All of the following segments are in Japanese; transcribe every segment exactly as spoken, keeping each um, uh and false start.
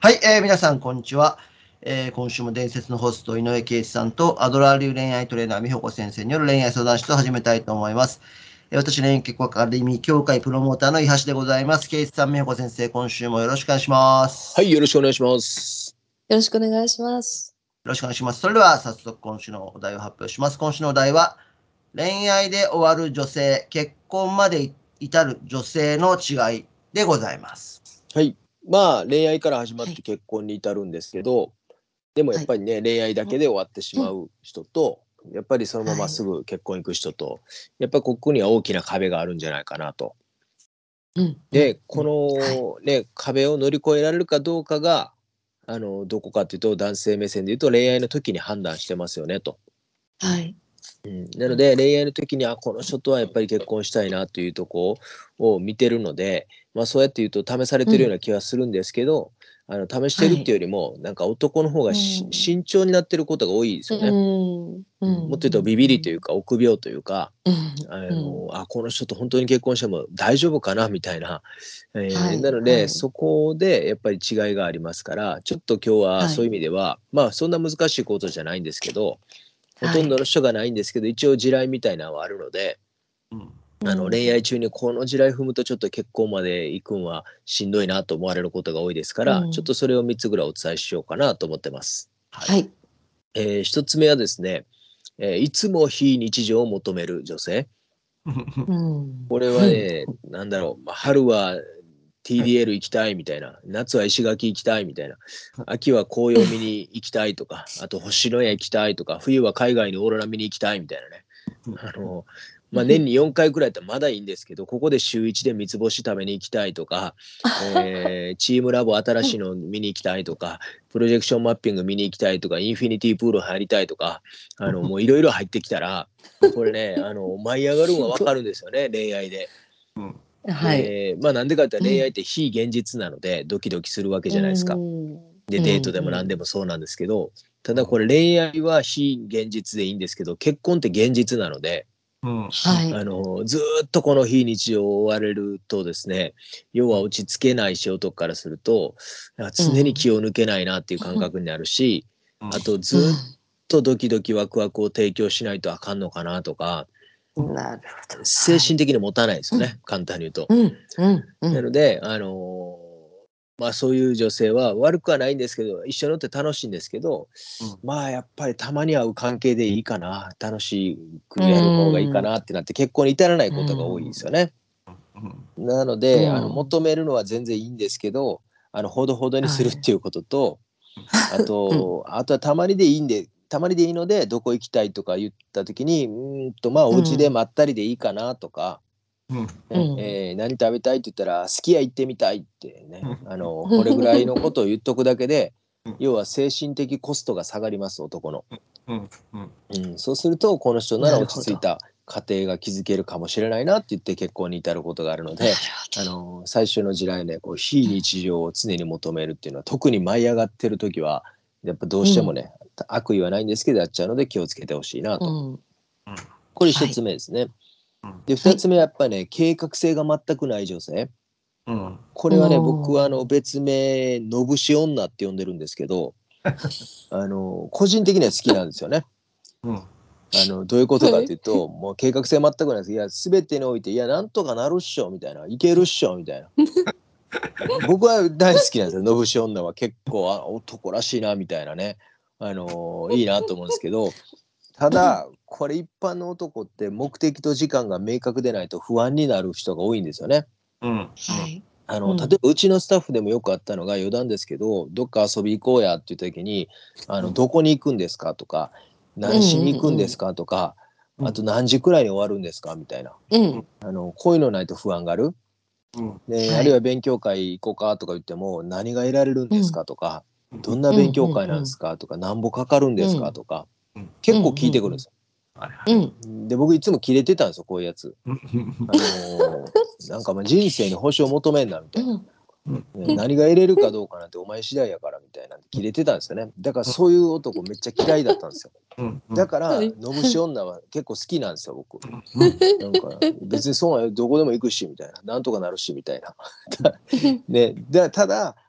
はい、えー皆さん、こんにちは。えー今週も伝説のホスト、井上圭一さんと、アドラー流恋愛トレーナー、美穂子先生による恋愛相談室を始めたいと思います。えー私、恋愛結婚アカデミー協会プロモーターの伊橋でございます。圭一さん、美穂子先生、今週もよろしくお願いします。 はい、よろしくお願いします。 よろしくお願いします。 よろしくお願いします。それでは、早速今週のお題を発表します。今週のお題は、恋愛で終わる女性、結婚まで至る女性の違いでございます。 はい。まあ、恋愛から始まっはいて結婚に至るんですけど、でもやっぱりね、恋愛だけで終わってしまう人と、やっぱりそのまますぐ結婚行く人と、やっぱここには大きな壁があるんじゃないかなと。 うんで、 うんこのね、壁を乗り越えられるかどうかが、あの、どこかというと、男性目線で言うと恋愛の時に判断してますよねと。 はい。 なので恋愛の時にあこの人とはやっぱり結婚したいなというとこを見てるので、まあ、そうやって言うと試されてるような気はするんですけど、あの試してるっていうよりもなんか男の方がし慎重になってることが多いですよね。 うんううんもっと言うとんビビりというか臆病というか、 うんあうんのあこの人と本当に結婚しても大丈夫かなみたいな、えーはいなので、 はいそこでやっぱり違いがありますから、ちょっと今日ははいそういう意味では、まあそんな難しいことじゃないんですけど、ほとんどはいの人がないんですけど、一応地雷みたいなのはあるので、 うんあの恋愛中にこの地雷踏むとちょっと結婚まで行くんはしんどいなと思われることが多いですから、ちょっとそれをみっつぐらいお伝えしようかなと思ってます。 はい。 はい。 えー、ひとつめはですね、えーいつも非日常を求める女性。 うんこれはね、なんだろう、まあ、春は ティーディーエル 行きたいみたいな、夏は石垣行きたいみたいな、秋は紅葉見に行きたいとか、あと星のや行きたいとか、冬は海外にオーロラ見に行きたいみたいなね。あの、まあ、年によんかいくらいだったらまだいいんですけど、ここで週いちで三つ星食べに行きたいとか、えーチームラボ新しいの見に行きたいとか、プロジェクションマッピング見に行きたいとか、インフィニティプール入りたいとか、あの、もういろいろ入ってきたら、これね、あの、舞い上がるのはわかるんですよね、恋愛で。 うんはい。 で、まあなんでかって恋愛って非現実なので、ドキドキするわけじゃないですか。で、デートでも何でもそうなんですけど、ただこれ恋愛は非現実でいいんですけど、結婚って現実なので、 うんはいあの、ずーっとこの非日常を追われるとですね、要は落ち着けないし男からすると、なんか常に気を抜けないなっていう感覚になるし、あとずーっとドキドキワクワクを提供しないとあかんのかなとか、 うんなるほど。 精神的に持たないですよね、簡単に言うと。 うんうんうんなので、あのーまあそういう女性は悪くはないんですけど、一緒に乗って楽しいんですけど、 うんまあやっぱりたまに会う関係でいいかな、楽しうくやる方がいいかんなってなって結婚に至らないうことが多いんですよね。 うんなのうで、あのん求めるのは全然いいんですけど、あのほどほどにするっはいていうことと、あうんと、あとはたまにでいいんで、たまにでいいので、どこ行きたいとか言った時に、うーんと、まあお家でまったりでいいかなとか、 うんねうんえー何食べたいって言ったら、すき家行ってみたいってね、 うんあの、これぐらいのことを言っとくだけで、 うん要は精神的コストが下がります、男の。 うんうんうん、そうすると、この人ならなるほど。 落ち着いた家庭が築けるかもしれないなって言って結婚に至ることがあるので、あの、最初の地雷ね、こう非日常を常に求めるっていうのは、特に舞い上がってる時は、やっぱどうしてもね、悪意はないんですけど、やっちゃうので気をつけてほしいなと。 うんこれ一つはい目ですね。 うんで、二つ目はやっぱりね、計画性が全くない女性。 うんこれはね、僕はあの別名、のぶし女って呼んでるんですけど、あの、個人的には好きなんですよね。 うんあの、どういうことかっていうと、もう計画性全くないです。いや、すべてにおいて、いや、なんとかなるっしょ、みたいな。いけるっしょ、みたいな。僕は大好きなんですよ、のぶし女は。結構、あ、男らしいな、みたいなね。あのいいなと思うんですけど、ただ、これ一般の男って目的と時間が明確でないと不安になる人が多いんですよね。 うんはいあの、例えうんばうちのスタッフでもよくあったのが余談ですけど、どっか遊び行こうやって言った時に、あの、どこに行くんですかとか、 うん何しに行くんうんですかとか、 うんあと何時くらいに終わるんですかみたいな。 うんあの、こういうのないと不安がある。 うんで、 はいあるいは勉強会行こうかとか言っても、何が得られるんですうんかとか、どんなうん勉強会なんですかとか、何ぼかかるんですかうんとか、 うん結構聞いてくるんですよ。 はいはいうんで、僕いつもキレてたんですよ、こういうやつ。 うんあのーなんかまあ人生に保証求めんなみたいな。 うんうんね何が得れるかどうかなんてお前次第やからみたいなんでキレてたんですよね。だからそういう男めっちゃ嫌いだったんですよ。 うんうんだからはいのぶし女は結構好きなんですよ僕。 うんなんか別にそうなんよどこでも行くしみたいななんとかなるしみたいな。ね、でただ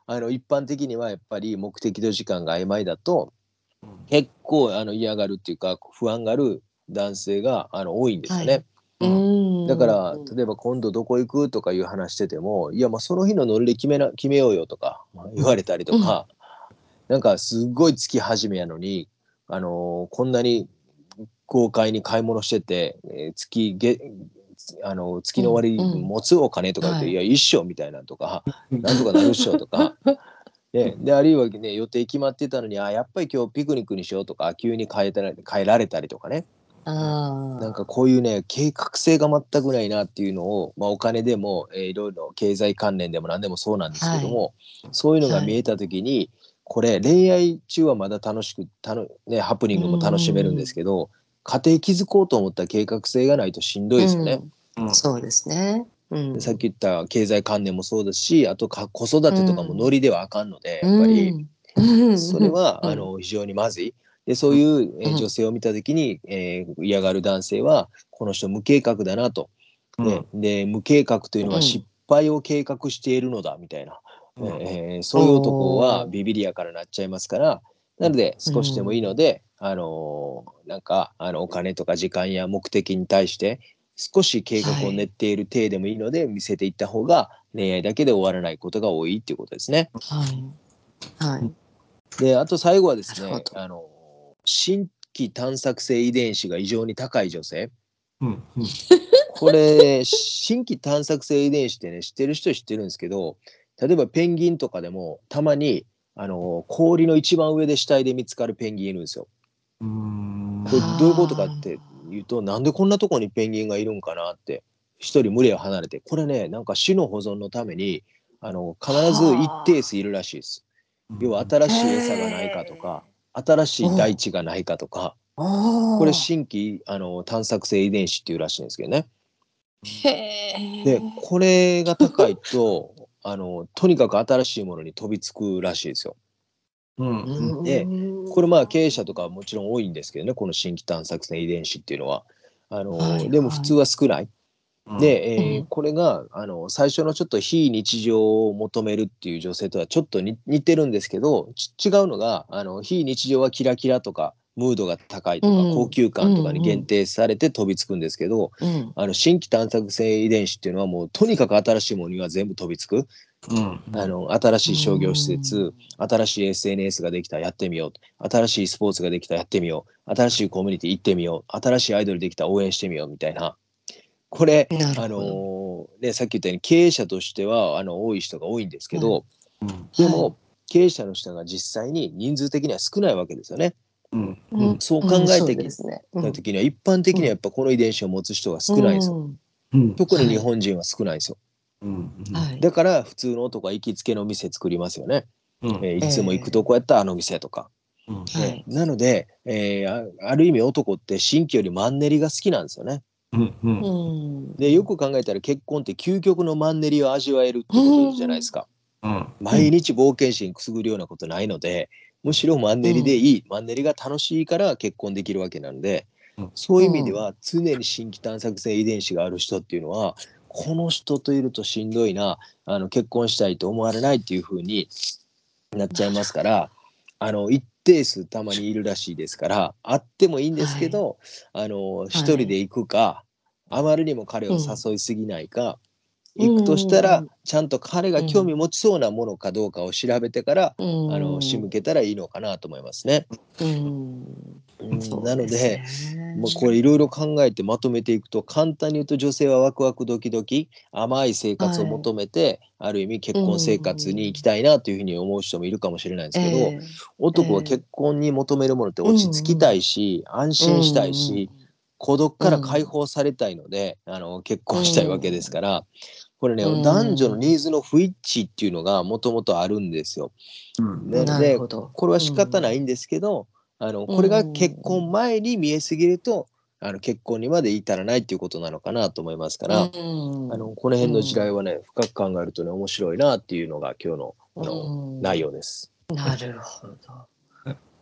あの一般的にはやっぱり目的と時間が曖昧だと結構あの嫌がるっていうか不安がある男性があの多いんですよね。 はいうんだから例えば今度どこ行くとかいう話してても、いやまあその日のノリで決めな決めようよとか言われたりとか、なんかすごい月始めやのに、あのーこんなに豪快に買い物してて、えー月げあの月の終わり持つお金とか言って、 はいいや一緒みたいなとか、なんとかなるっしょとか。ね、であるいはね予定決まってたのに、あやっぱり今日ピクニックにしようとか急に変えたら変えられたりとかね、 あなんかこういうね計画性が全くないなっていうのを、まあ、お金でも、えーいろいろ経済関連でも何でもそうなんですけども、そういうのが見えた時に、これ恋愛中はまだ楽しくたの、ね、ハプニングも楽しめるんですけど、家庭築こうと思ったら計画性がないとしんどいですよね。 うんそうですね。うんさっき言った経済関連もそうですし、あとか子育てとかもノリではあかんので、やっぱりうんそれは、 うんあの非常にまずい。でそういう、えー女性を見た時に、えー嫌がる男性はこの人無計画だなと。ね、で無計画というのは失敗を計画しているのだみたいな、えーそういう男はビビリやからなっちゃいますから、なので少しでもいいので、あのーなんかあのお金とか時間や目的に対して少し計画を練っている体でもいいので見せていった方が恋愛だけで終わらないことが多いっていうことですね。 はいはいであと最後はですね、 なるほどあの新規探索性遺伝子が異常に高い女性。 うんうんこれ新規探索性遺伝子ってね知ってる人は知ってるんですけど、例えばペンギンとかでもたまにあの氷の一番上で死体で見つかるペンギンいるんですよ。 うーんこれどういうことかっていうと、なんでこんなとこにペンギンがいるんかなって、一人群れを離れて、これねなんか種の保存のためにあの必ず一定数いるらしいです。要は新しい餌がないかとか新しい大地がないかとか、これ新規あの探索性遺伝子っていうらしいんですけどね。でこれが高いとあのとにかく新しいものに飛びつくらしいですよ。 うんでこれまあ経営者とかはもちろん多いんですけどね、この新規探索性遺伝子っていうのは。あのでも普通は少ない。で、えーこれがあの最初のちょっと非日常を求めるっていう女性とはちょっと似似てるんですけど、違うのがあの非日常はキラキラとかムードが高いとか高級感とかに限定されて飛びつくんですけど、あの新規探索性遺伝子っていうのはもうとにかく新しいものには全部飛びつく。あの新しい商業施設、新しい エスエヌエス ができたらやってみよう、新しいスポーツができたらやってみよう、新しいコミュニティ行ってみよう、新しいアイドルできたら応援してみようみたいな。これあのーね、さっき言ったように経営者としてはあの多い人が多いんですけど、でも経営者の人が実際に人数的には少ないわけですよね。そう考えてきた時には一般的にはやっぱこの遺伝子を持つ人が少ないんですよ。特に日本人は少ないんですよ。だから普通の男は行きつけの店作りますよね。えーいつも行くとこやったらあの店とか。ね、なので、えーあ、ある意味男って新規よりマンネリが好きなんですよね。でよく考えたら結婚って究極のマンネリを味わえるってことじゃないですか。毎日冒険心くすぐるようなことないので、むしろマンネリでいい、マンネリが楽しいから結婚できるわけなんで、そういう意味では常に新規探索性遺伝子がある人っていうのはこの人といるとしんどいな、あの結婚したいと思われないっていう風になっちゃいますから、あの一定数たまにいるらしいですから、あってもいいんですけど、あの一人で行くか、あまりにも彼を誘いすぎないか、行くとしたらちゃんと彼が興味持ちそうなものかどうかを調べてからあの仕向けたらいいのかなと思いますね。うんなのでもうこれいろいろ考えてまとめていくと、簡単に言うと女性はワクワクドキドキ甘い生活を求めて、ある意味結婚生活に行きたいなというふうに思う人もいるかもしれないんですけど、男は結婚に求めるものって落ち着きたいし、安心したいし、孤独から解放されたいのであの結婚したいわけですから、これね男女のニーズの不一致っていうのがもともとあるんですよ。なのでこれは仕方ないんですけど、あのこれが結婚前に見えすぎるとあの結婚にまで至らないっていうことなのかなと思いますから、あのこの辺の地雷はね深く考えるとね面白いなっていうのが今日のあの内容です。 なるほど。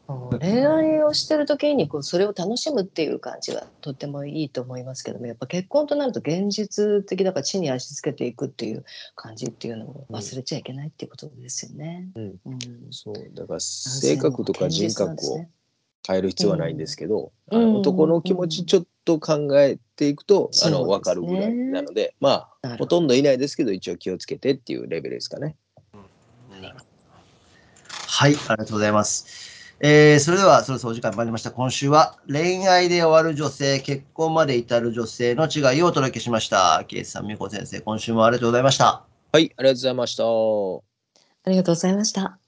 恋愛をしてる時にこうそれを楽しむっていう感じはとってもいいと思いますけども、やっぱ結婚となると現実的だから地に足つけていくっていう感じっていうのを忘れちゃいけないっていうことですよね。 うんうん、 そうだから男性性の格とか堅人格を実なんですね。 変える必要はないんですけど、 うんあの男の気うん持ちちょっと考えていくと、あの分そうですかるぐらいなね。 ので、まあなるほど。 ほとんどいないですけど一応気をつけてっていうレベルですかね。 はい、ありがとうございます。えー、それではそろそろお時間参りました。今週は恋愛で終わる女性、結婚まで至る女性の違いをお届けしました。ケイさん、美子先生、今週もありがとうございました。 はい、ありがとうございました。 ありがとうございました。